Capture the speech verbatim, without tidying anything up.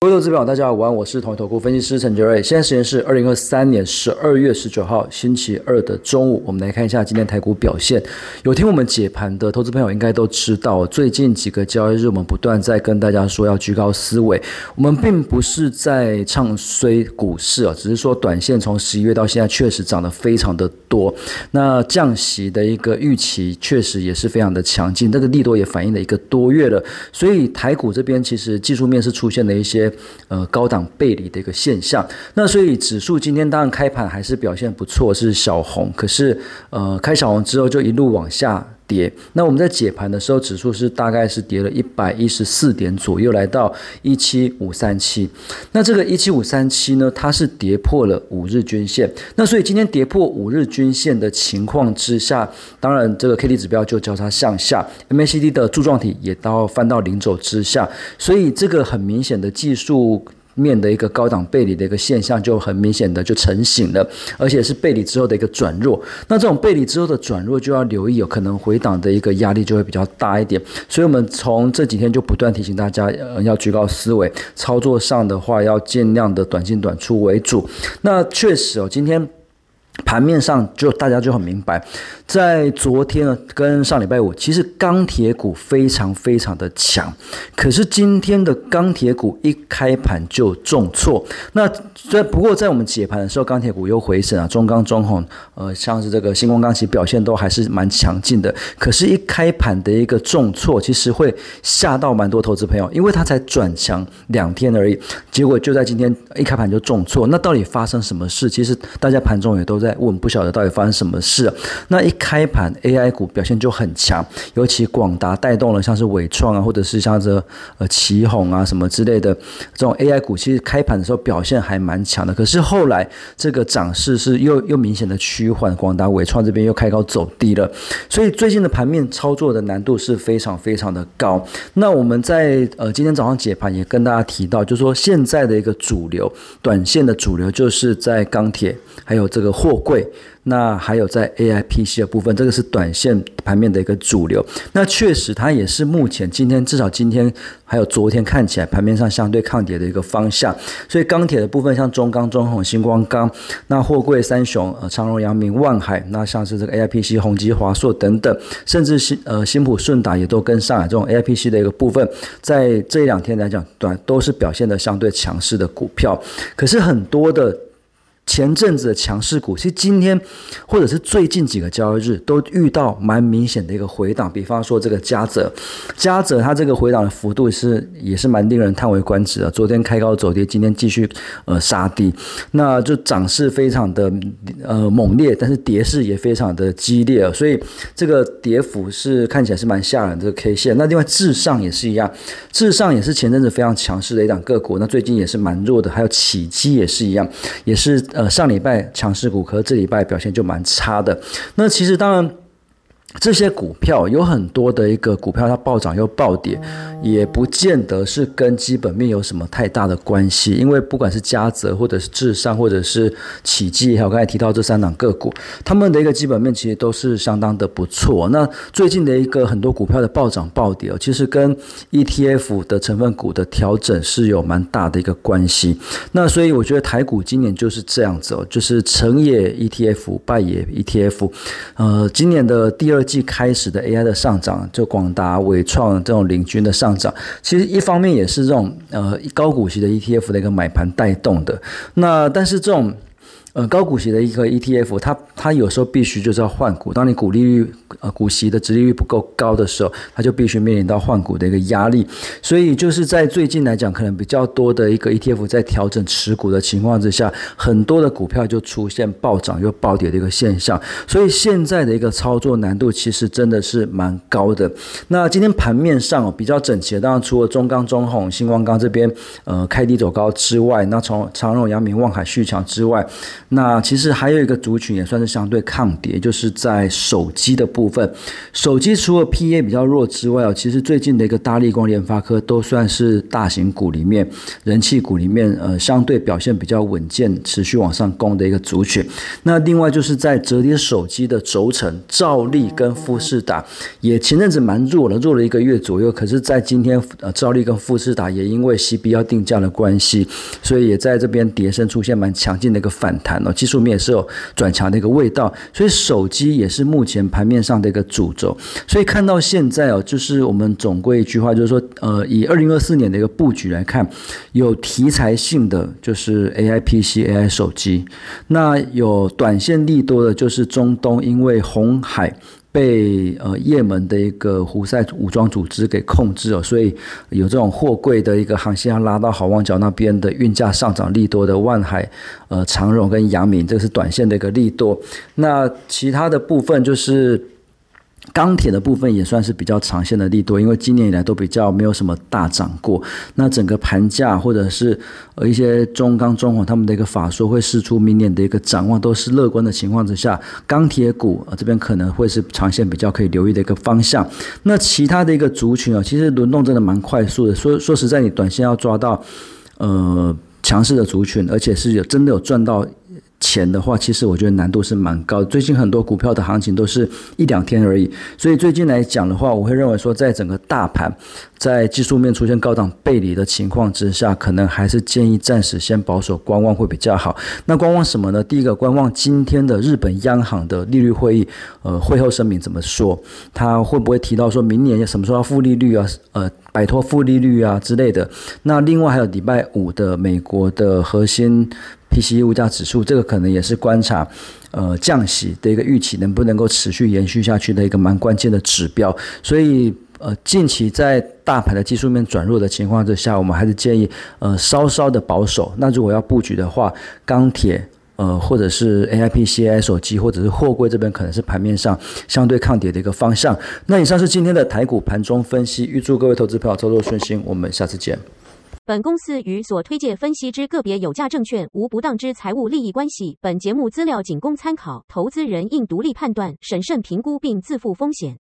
各位投资朋友，大家好，我是统一投顾分析师陈杰瑞。现在时间是二零二三年十二月十九号星期二的中午，我们来看一下今天台股表现。有听我们解盘的投资朋友应该都知道，最近几个交易日我们不断在跟大家说要居高思维。我们并不是在唱衰股市啊，只是说短线从十一月到现在确实涨得非常的多。那降息的一个预期确实也是非常的强劲，这个利多也反映了一个多月了。所以台股这边其实技术面是出现了一些呃高档背离的一个现象。那所以指数今天当然开盘还是表现不错，是小红，可是呃开小红之后就一路往下跌。那我们在解盘的时候，指数是大概是跌了一百一十四点左右，来到一七五三七。那这个一七五三七呢，它是跌破了五日均线。那所以今天跌破五日均线的情况之下，当然这个 K D 指标就交叉向下， M A C D 的柱状体也到翻到零轴之下，所以这个很明显的技术面的一个高档背离的一个现象就很明显的就成型了，而且是背离之后的一个转弱。那这种背离之后的转弱就要留意，有可能回档的一个压力就会比较大一点。所以我们从这几天就不断提醒大家，呃、要居高思维，操作上的话要尽量的短进短出为主。那确实哦，今天盘面上就大家就很明白，在昨天呢跟上礼拜五，其实钢铁股非常非常的强，可是今天的钢铁股一开盘就重挫。那不过在我们解盘的时候，钢铁股又回升啊，中钢、中红，呃，像是这个新光钢，其实表现都还是蛮强劲的。可是，一开盘的一个重挫，其实会吓到蛮多投资朋友，因为它才转强两天而已，结果就在今天一开盘就重挫。那到底发生什么事？其实大家盘中也都在问，不晓得到底发生什么事啊。那一开盘 A I 股表现就很强，尤其广达带动了像是伟创啊，或者是像这呃奇鋐啊什么之类的这种 A I 股，其实开盘的时候表现还蛮强的。可是后来这个涨势是又又明显的趋缓，广达、伟创这边又开高走低了，所以最近的盘面操作的难度是非常非常的高。那我们在呃今天早上解盘也跟大家提到，就是说现在的一个主流，短线的主流就是在钢铁，还有这个货柜。那还有在 A I P C 的部分，这个是短线盘面的一个主流。那确实它也是目前今天至少今天还有昨天看起来盘面上相对抗跌的一个方向。所以钢铁的部分像中钢、中红、新光钢，那货柜三雄呃长荣、阳明、万海，那像是这个 A I P C 宏基、华硕等等，甚至新呃新普顺达也都跟上来，这种 A I P C 的一个部分，在这一两天来讲，短都是表现的相对强势的股票。可是很多的前阵子的强势股，其实今天或者是最近几个交易日都遇到蛮明显的一个回档。比方说这个嘉泽，嘉泽它这个回档的幅度是也是蛮令人叹为观止的。昨天开高走跌，今天继续呃杀低，那就涨势非常的呃猛烈，但是跌势也非常的激烈，所以这个跌幅是看起来是蛮吓人的这个 K 线。那另外至上也是一样，至上也是前阵子非常强势的一档个股，那最近也是蛮弱的。还有启基也是一样，也是。呃，上礼拜强势股，可是这礼拜表现就蛮差的。那其实当然，这些股票有很多的一个股票，它暴涨又暴跌，也不见得是跟基本面有什么太大的关系。因为不管是嘉泽，或者是至上，或者是启基，还有刚才提到这三档个股，他们的一个基本面其实都是相当的不错。那最近的一个很多股票的暴涨暴跌，其实跟 E T F 的成分股的调整是有蛮大的一个关系。那所以我觉得台股今年就是这样子哦，就是成也 E T F， 败也 E T F。呃，今年的第二季开始的 A I 的上涨，就广达、伟创这种领军的上涨，其实一方面也是这种呃高股息的 E T F 的一个买盘带动的。那但是这种呃，高股息的一个 E T F， 它它有时候必须就是要换股。当你股利率呃股息的殖利率不够高的时候，它就必须面临到换股的一个压力。所以就是在最近来讲，可能比较多的一个 E T F 在调整持股的情况之下，很多的股票就出现暴涨又暴跌的一个现象。所以现在的一个操作难度其实真的是蛮高的。那今天盘面上、哦、比较整齐的，当然除了中钢、中红、新光钢这边呃开低走高之外，那从长荣、阳明、万海续强之外。 那其实还有一个族群也算是相对抗跌，就是在手机的部分。手机除了 P A 比较弱之外，其实最近的一个大立光、联发科都算是大型股里面、人气股里面，呃，相对表现比较稳健、持续往上攻的一个族群。那另外就是在折叠手机的轴承，兆利跟富士达也前阵子蛮弱了，弱了一个月左右。可是，在今天，呃，兆利跟富士达也因为 C B 要定价的关系，所以也在这边跌升出现蛮强劲的一个反弹哦，技术面也是有转强的一个味道。所以手机也是目前盘面上的一个主轴。所以看到现在哦，就是我们总归一句话，就是说，呃，以二零二四年的一个布局来看，有题材性的就是 A I P C、A I 手机，那有短线利多的，就是中东，因为红海被呃也门的一个胡塞武装组织给控制了，所以有这种货柜的一个航线要拉到好望角那边的运价上涨利多的万海、呃长荣跟阳明，这是短线的一个利多。那其他的部分就是钢铁的部分也算是比较长线的利多，因为今年以来都比较没有什么大涨过。那整个盘价或者是呃一些中钢、中华他们的一个法说会释出明年的一个展望都是乐观的情况之下，钢铁股、呃、这边可能会是长线比较可以留意的一个方向。那其他的一个族群啊，其实轮动真的蛮快速的。说说实在，你短线要抓到呃强势的族群，而且是有真的有赚到钱的话，其实我觉得难度是蛮高的。最近很多股票的行情都是一两天而已，所以最近来讲的话，我会认为说，在整个大盘在技术面出现高档背离的情况之下，可能还是建议暂时先保守观望会比较好。那观望什么呢？第一个，观望今天的日本央行的利率会议，呃，会后声明怎么说？他会不会提到说明年什么时候要负利率啊？呃。摆脱负利率啊之类的。那另外还有礼拜五的美国的核心 P C E 物价指数，这个可能也是观察呃降息的一个预期能不能够持续延续下去的一个蛮关键的指标。所以呃近期在大盘的技术面转弱的情况之下，我们还是建议呃稍稍的保守。那如果要布局的话，钢铁呃，或者是 A I P C、A I 手机，或者是货柜这边可能是盘面上相对抗跌的一个方向。那以上是今天的台股盘中分析，预祝各位投资朋友操作顺心，我们下次见。 本公司与所推介分析之个别有价证券无不当之财务利益关系，本节目资料仅供参考，投资人应独立判断、审慎评估并自负风险。